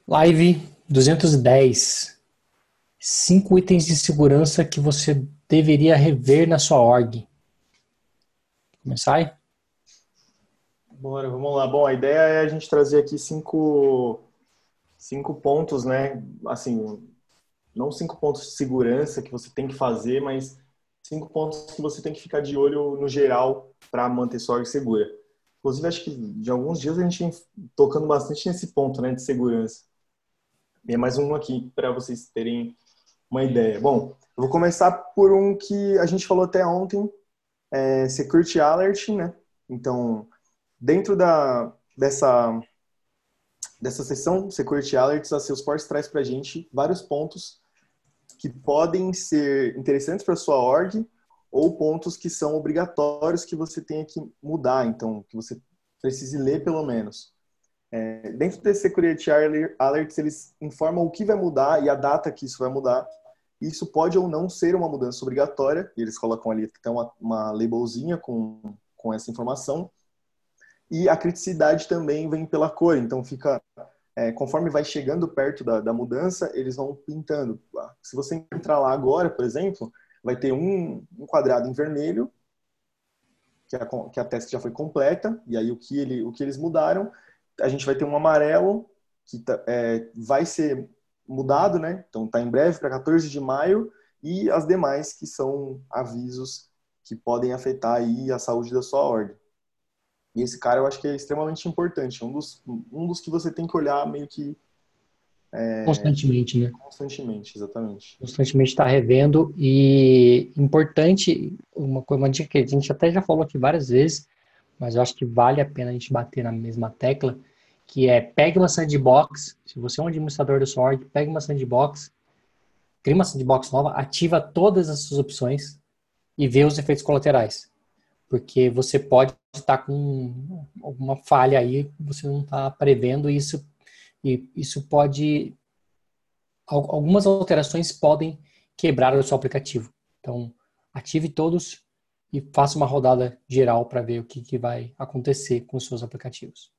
Live 210. 5 itens de segurança que você deveria rever na sua org. Começar aí? Bora, vamos lá. Bom, a ideia é a gente trazer aqui cinco pontos, né? Assim, não 5 pontos de segurança que você tem que fazer, mas 5 pontos que você tem que ficar de olho no geral para manter sua org segura. Inclusive, acho que de alguns dias a gente vem tocando bastante nesse ponto, né, de segurança. E é mais um aqui para vocês terem uma ideia. Bom, eu vou começar por um que a gente falou até ontem, Security Alert, né? Então, dentro dessa sessão Security Alerts, a Salesforce traz para a gente vários pontos que podem ser interessantes para sua org ou pontos que são obrigatórios que você tenha que mudar, então, que você precise ler pelo menos. Dentro desse Security Alerts, eles informam o que vai mudar e a data que isso vai mudar. Isso pode ou não ser uma mudança obrigatória, e eles colocam ali até uma labelzinha com essa informação. E a criticidade também vem pela cor, então fica conforme vai chegando perto da mudança, eles vão pintando. Se você entrar lá agora, por exemplo, vai ter um quadrado em vermelho, que a task já foi completa, e aí o que eles mudaram. A gente vai ter um amarelo, que vai ser mudado, né? Então está em breve para 14 de maio, e as demais que são avisos que podem afetar aí a saúde da sua ordem. E esse cara eu acho que é extremamente importante, um dos que você tem que olhar meio que Constantemente, né? constantemente, exatamente. Constantemente está revendo e importante, uma dica que a gente até já falou aqui várias vezes, mas eu acho que vale a pena a gente bater na mesma tecla, que é pegue uma sandbox, se você é um administrador da sua org, pegue uma sandbox, cria uma sandbox nova, ativa todas as suas opções e vê os efeitos colaterais. Porque você pode estar com alguma falha aí que você não está prevendo e isso pode, algumas alterações podem quebrar o seu aplicativo. Então, ative todos e faça uma rodada geral para ver o que vai acontecer com os seus aplicativos.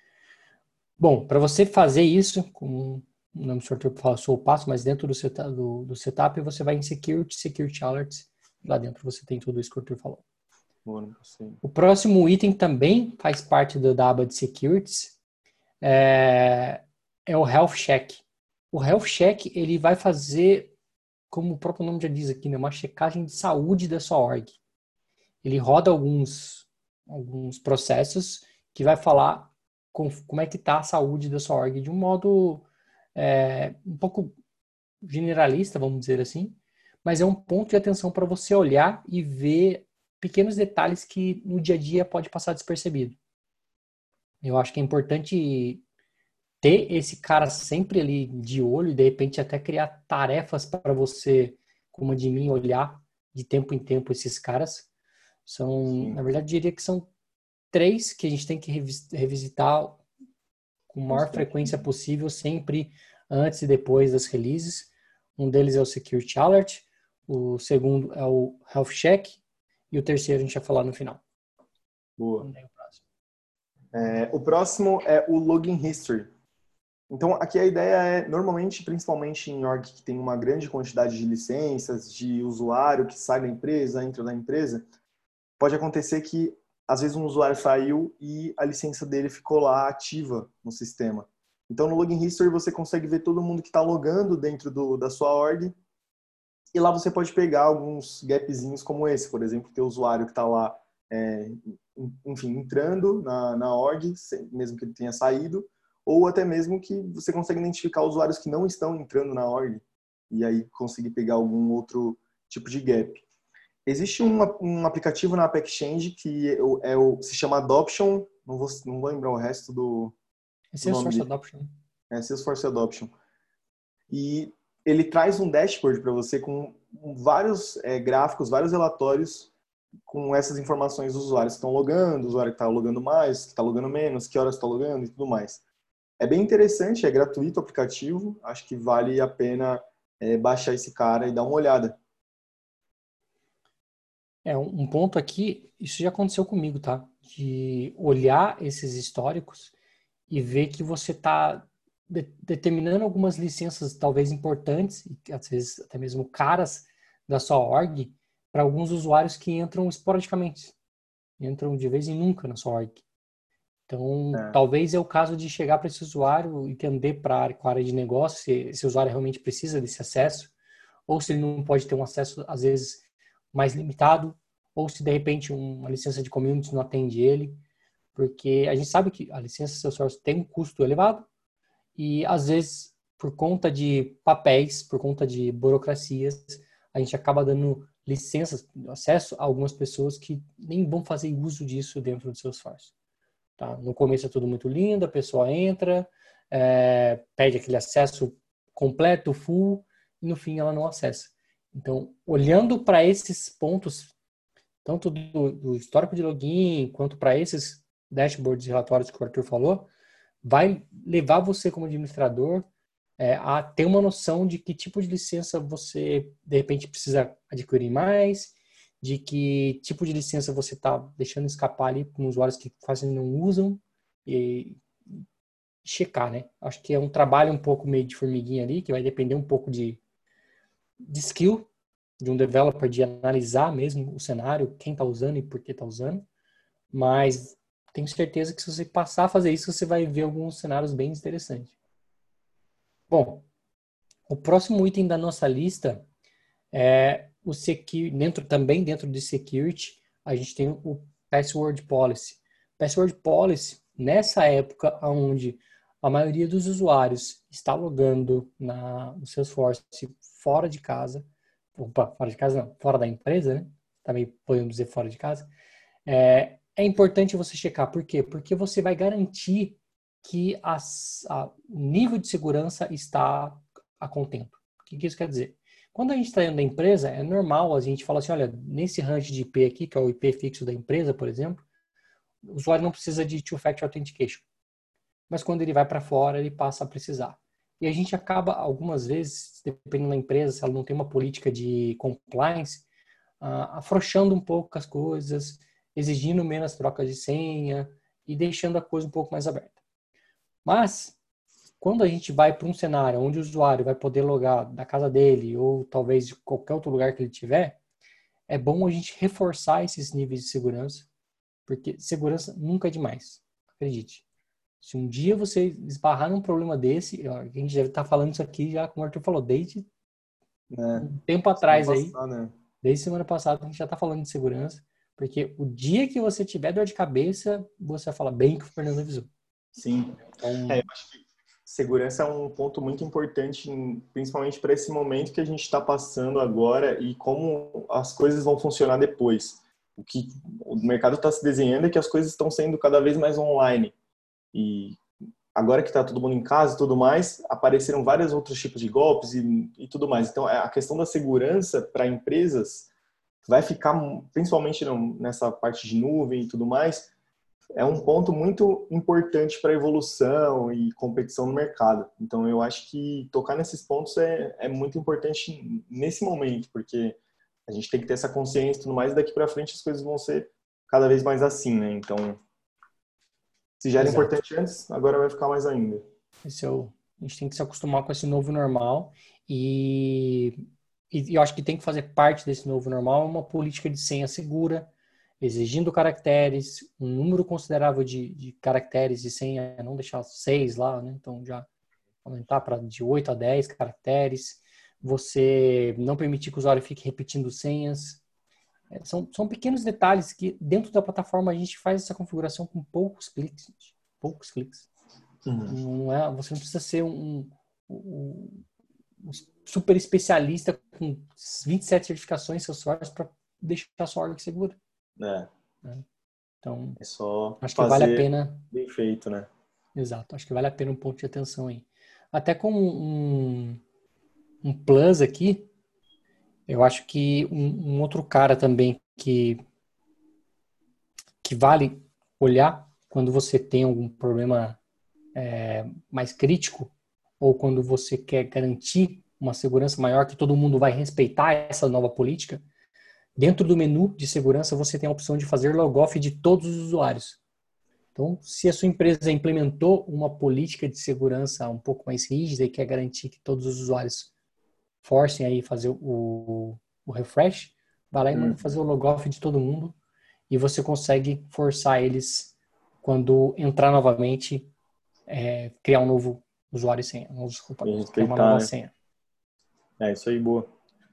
Bom, para você fazer isso, como o nome do sorteio passou o passo, mas dentro do setup você vai em Security Alerts, lá dentro você tem tudo isso que o Arthur falou. Bom, assim, O próximo item também faz parte da aba de Securities, é o Health Check. O Health Check ele vai fazer, como o próprio nome já diz aqui, né, uma checagem de saúde da sua org. Ele roda alguns processos que vai falar como é que está a saúde da sua org de um modo um pouco generalista, vamos dizer assim, mas é um ponto de atenção para você olhar e ver pequenos detalhes que no dia a dia pode passar despercebido. Eu acho que é importante ter esse cara sempre ali de olho e de repente até criar tarefas para você, como admin, olhar de tempo em tempo esses caras. São, sim, na verdade, eu diria que são três que a gente tem que revisitar com a maior frequência constantemente. possível, sempre antes e depois das releases. Um deles é o Security Alert, o segundo é o Health Check e o terceiro a gente vai falar no final. Boa. O próximo é o Login History. Então, aqui a ideia é, normalmente, principalmente em org que tem uma grande quantidade de licenças, de usuário que sai da empresa, entra na empresa, pode acontecer que, às vezes, um usuário saiu e a licença dele ficou lá ativa no sistema. Então, no Login History, você consegue ver todo mundo que está logando dentro da sua org. E lá você pode pegar alguns gapzinhos como esse, por exemplo, ter o usuário que está lá, é, enfim, entrando na org, mesmo que ele tenha saído, ou até mesmo que você consegue identificar usuários que não estão entrando na org e aí conseguir pegar algum outro tipo de gap. Existe um aplicativo na App Exchange que se chama Adoption, não vou lembrar o resto do Esse é o nome Source dele, Adoption. é Salesforce Adoption. E ele traz um dashboard para você com vários gráficos, vários relatórios com essas informações dos usuários que estão logando, o usuário que está logando mais, que está logando menos, que horas está logando e tudo mais. É bem interessante, é gratuito o aplicativo, acho que vale a pena baixar esse cara e dar uma olhada. Um ponto aqui, isso já aconteceu comigo, tá? De olhar esses históricos e ver que você tá. determinando algumas licenças talvez importantes, e às vezes até mesmo caras da sua org, para alguns usuários que entram esporadicamente, entram de vez em nunca na sua org. Então, talvez é o caso de chegar para esse usuário, entender com a área de negócio se esse usuário realmente precisa desse acesso, ou se ele não pode ter um acesso, às vezes, mais limitado, ou se, de repente, uma licença de community não atende ele, porque a gente sabe que a licença Salesforce tem um custo elevado e, às vezes, por conta de papéis, por conta de burocracias, a gente acaba dando licenças, acesso a algumas pessoas que nem vão fazer uso disso dentro do Salesforce. Tá? No começo é tudo muito lindo, a pessoa entra, pede aquele acesso completo, full, e no fim ela não acessa. Então, olhando para esses pontos, tanto do histórico de login, quanto para esses dashboards e relatórios que o Arthur falou, vai levar você como administrador a ter uma noção de que tipo de licença você, de repente, precisa adquirir mais, de que tipo de licença você está deixando escapar ali com usuários que quase não usam, e checar, né? Acho que é um trabalho um pouco meio de formiguinha ali, que vai depender um pouco de skill de um developer, de analisar mesmo o cenário, quem está usando e por que está usando, mas tenho certeza que se você passar a fazer isso, você vai ver alguns cenários bem interessantes. Bom, o próximo item da nossa lista é o também dentro de security, a gente tem o password policy. Password policy, nessa época onde a maioria dos usuários está logando no Salesforce fora de casa, fora de casa não, fora da empresa, né? Também podemos dizer fora de casa. É importante você checar. Por quê? Porque você vai garantir que o nível de segurança está a contento. O que isso quer dizer? Quando a gente está dentro da empresa, é normal a gente falar assim, olha, nesse range de IP aqui, que é o IP fixo da empresa, por exemplo, o usuário não precisa de Two-Factor Authentication. Mas quando ele vai para fora, ele passa a precisar. E a gente acaba, algumas vezes, dependendo da empresa, se ela não tem uma política de compliance, afrouxando um pouco as coisas, exigindo menos trocas de senha e deixando a coisa um pouco mais aberta. Mas, quando a gente vai para um cenário onde o usuário vai poder logar da casa dele ou talvez de qualquer outro lugar que ele tiver, é bom a gente reforçar esses níveis de segurança, porque segurança nunca é demais, acredite. Se um dia você esbarrar num problema desse, a gente deve estar falando isso aqui já, como o Arthur falou, desde um tempo atrás aí, né? desde semana passada a gente já está falando de segurança, porque o dia que você tiver dor de cabeça, você vai falar bem que o Fernando avisou. Sim. Então, eu acho que segurança é um ponto muito importante, principalmente para esse momento que a gente está passando agora e como as coisas vão funcionar depois. O que o mercado está se desenhando é que as coisas estão sendo cada vez mais online. E agora que está todo mundo em casa e tudo mais, apareceram vários outros tipos de golpes e tudo mais. Então, a questão da segurança para empresas vai ficar, principalmente nessa parte de nuvem e tudo mais, é um ponto muito importante para a evolução e competição no mercado. Então, eu acho que tocar nesses pontos é muito importante nesse momento, porque a gente tem que ter essa consciência e tudo mais, e daqui para frente as coisas vão ser cada vez mais assim, né? Então, se já era importante antes, agora vai ficar mais ainda. A gente tem que se acostumar com esse novo normal e eu acho que tem que fazer parte desse novo normal uma política de senha segura, exigindo caracteres, um número considerável de caracteres de senha, não deixar 6 lá, né? Então já aumentar para de 8 a 10 caracteres, você não permitir que o usuário fique repetindo senhas. São pequenos detalhes que dentro da plataforma a gente faz essa configuração com poucos cliques. Poucos cliques. Não você não precisa ser um super especialista com 27 certificações Salesforce para deixar a sua org segura. Então, é só acho que vale a pena. Bem feito, né? Exato, acho que vale a pena um ponto de atenção aí. Até com um plus aqui, eu acho que um outro cara também que vale olhar quando você tem algum problema mais crítico ou quando você quer garantir uma segurança maior, que todo mundo vai respeitar essa nova política, dentro do menu de segurança você tem a opção de fazer logoff de todos os usuários. Então, se a sua empresa implementou uma política de segurança um pouco mais rígida e quer garantir que todos os usuários forcem aí fazer o refresh, vai lá e manda fazer o logoff de todo mundo e você consegue forçar eles, quando entrar novamente, criar um novo usuário e senha. Desculpa, E criar uma nova respeitar, senha. né? É isso aí, boa.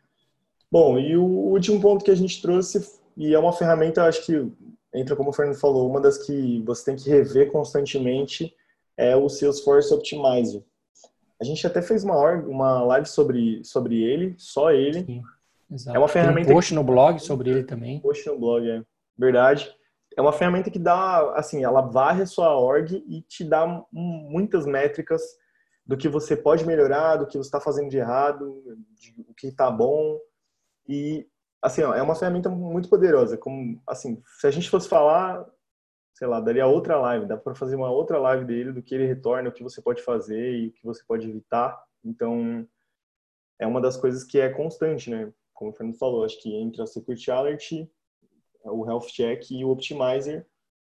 Bom, e o último ponto que a gente trouxe, e é uma ferramenta, acho que entra como o Fernando falou, uma das que você tem que rever constantemente é o Salesforce Optimizer. A gente até fez uma live sobre ele, só ele. Sim, É uma exato. Tem um ferramenta post que no blog sobre ele também. post no blog, é verdade. É uma ferramenta que dá, assim, ela varre a sua org e te dá muitas métricas do que você pode melhorar, do que você está fazendo de errado, o que está bom. E, assim, ó, é uma ferramenta muito poderosa. Como, assim, se a gente fosse falar, sei lá, daria outra live, dá para fazer uma outra live dele, do que ele retorna, o que você pode fazer e o que você pode evitar. Então, é uma das coisas que é constante, né? Como o Fernando falou, acho que entre a Security Alert, o Health Check e o Optimizer,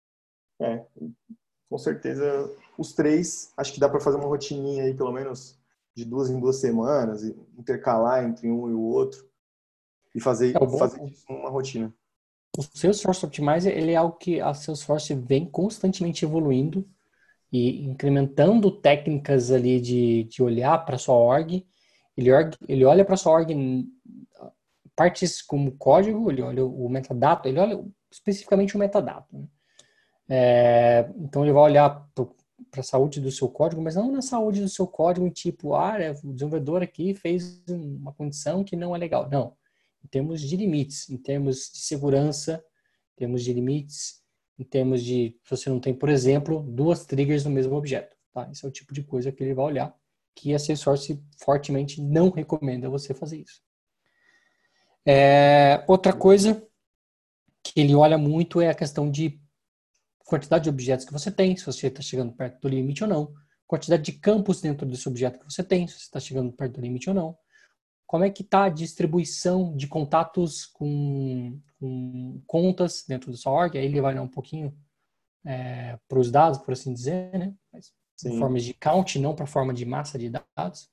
é, com certeza, os três, acho que dá para fazer uma rotininha aí, pelo menos de 2 em 2 semanas, e intercalar entre um e o outro, e O fazer bom, disso uma rotina. o Salesforce Optimizer, ele é algo que a Salesforce vem constantemente evoluindo e incrementando técnicas ali de olhar para sua org. Ele olha para sua org partes como código, ele olha o metadata, ele olha especificamente o metadata, né? Então ele vai olhar para a saúde do seu código, mas não na saúde do seu código, tipo, o desenvolvedor aqui fez uma condição que não é legal. Não. Em termos de limites, em termos de segurança, em termos de limites, em termos de se você não tem, por exemplo, 2 triggers no mesmo objeto. Tá? Esse é o tipo de coisa que ele vai olhar, que a Salesforce fortemente não recomenda você fazer isso. Outra coisa que ele olha muito é a questão de quantidade de objetos que você tem, se você está chegando perto do limite ou não, quantidade de campos dentro desse objeto que você tem, se você está chegando perto do limite ou não, como é que está a distribuição de contatos com contas dentro da sua org, aí ele vai olhar um pouquinho para os dados, por assim dizer, né? Mas em Sim, formas de count, não para forma de massa de dados,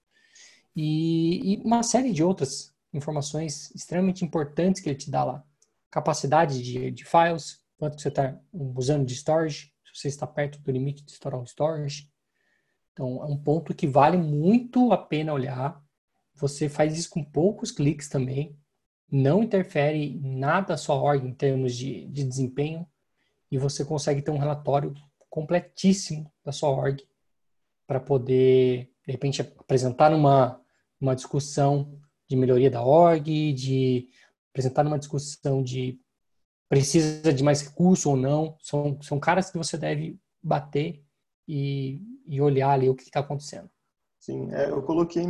e uma série de outras informações extremamente importantes que ele te dá lá. Capacidade de files, quanto que você está usando de storage, se você está perto do limite de estourar o storage. Então, é um ponto que vale muito a pena olhar. Você faz isso com poucos cliques também. Não interfere em nada a sua org em termos de desempenho. E você consegue ter um relatório completíssimo da sua org para poder, de repente, apresentar uma discussão de melhoria da org, de apresentar uma discussão de precisa de mais recurso ou não. São caras que você deve bater e olhar ali o que está acontecendo. sim. Eu coloquei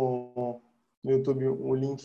no YouTube o link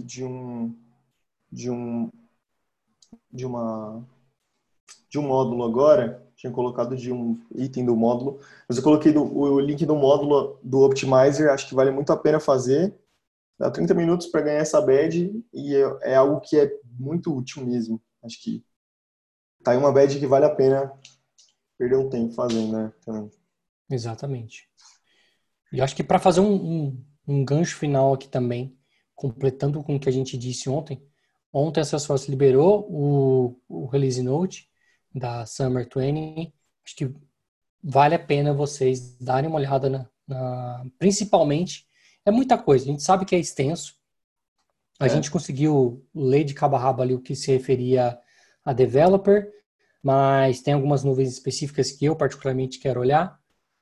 de um, de uma, de um módulo agora. Tinha colocado de um item do módulo, mas eu coloquei o link do módulo do Optimizer. Acho que vale muito a pena fazer. Dá 30 minutos para ganhar essa badge e é algo que é muito útil mesmo. Acho que tá aí uma badge que vale a pena perder um tempo fazendo, né? Também. Exatamente. E acho que para fazer um gancho final aqui também, completando com o que a gente disse ontem, ontem a Salesforce liberou o Release Note da Summer 20. Acho que vale a pena vocês darem uma olhada principalmente, é muita coisa, a gente sabe que é extenso, a É, gente conseguiu ler de cabo a rabo ali o que se referia a developer, mas tem algumas nuvens específicas que eu particularmente quero olhar,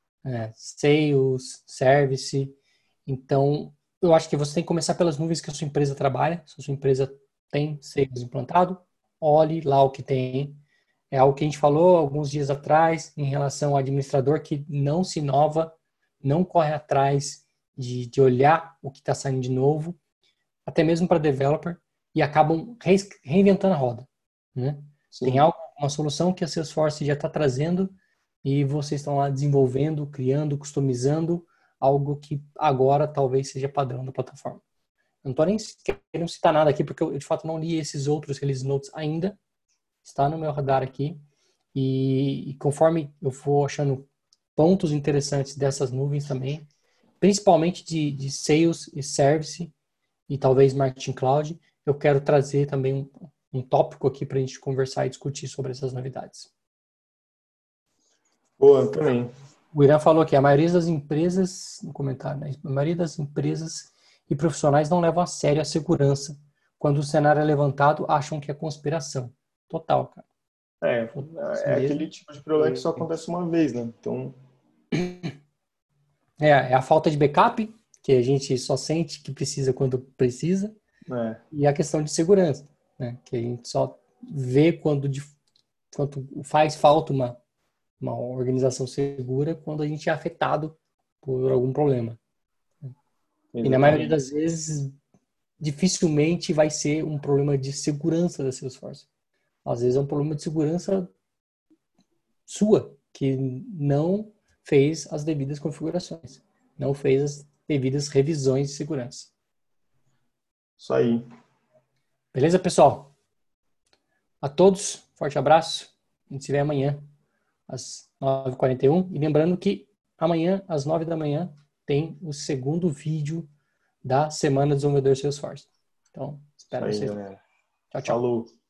sales, service. Então, eu acho que você tem que começar pelas nuvens que a sua empresa trabalha. Se a sua empresa tem sales implantado, olhe lá o que tem. É algo que a gente falou alguns dias atrás em relação ao administrador que não se inova, não corre atrás de olhar o que está saindo de novo, até mesmo para developer, e acabam reinventando a roda, né? Tem sim. uma solução que a Salesforce já está trazendo e vocês estão lá desenvolvendo, criando, customizando algo que agora talvez seja padrão da plataforma. Eu não estou nem querendo citar nada aqui, porque eu de fato não li esses outros release notes ainda. Está no meu radar aqui. E conforme eu for achando pontos interessantes dessas nuvens também, principalmente de Sales e Service e talvez Marketing Cloud, eu quero trazer também um tópico aqui para a gente conversar e discutir sobre essas novidades. Boa, também. O Irã falou que a maioria das empresas, no comentário, né? A maioria das empresas e profissionais não levam a sério a segurança. Quando o cenário é levantado, acham que é conspiração. Total, cara. É, Isso é mesmo. aquele tipo de problema que só acontece uma vez, né? Então, É a falta de backup, que a gente só sente que precisa quando precisa, e a questão de segurança, né? Que a gente só vê quando faz falta uma organização segura quando a gente é afetado por algum problema. E na maioria exatamente. das vezes, dificilmente vai ser um problema de segurança da Salesforce. Às vezes é um problema de segurança sua, que não fez as devidas configurações, não fez as devidas revisões de segurança. Isso aí. Beleza, pessoal? A todos, forte abraço. A gente se vê amanhã, às 9h41. E lembrando que amanhã, às 9 da manhã, tem o segundo vídeo da Semana do Desenvolvedor Salesforce. Então, Isso espero aí, vocês lá. galera. Tchau, tchau. Falou.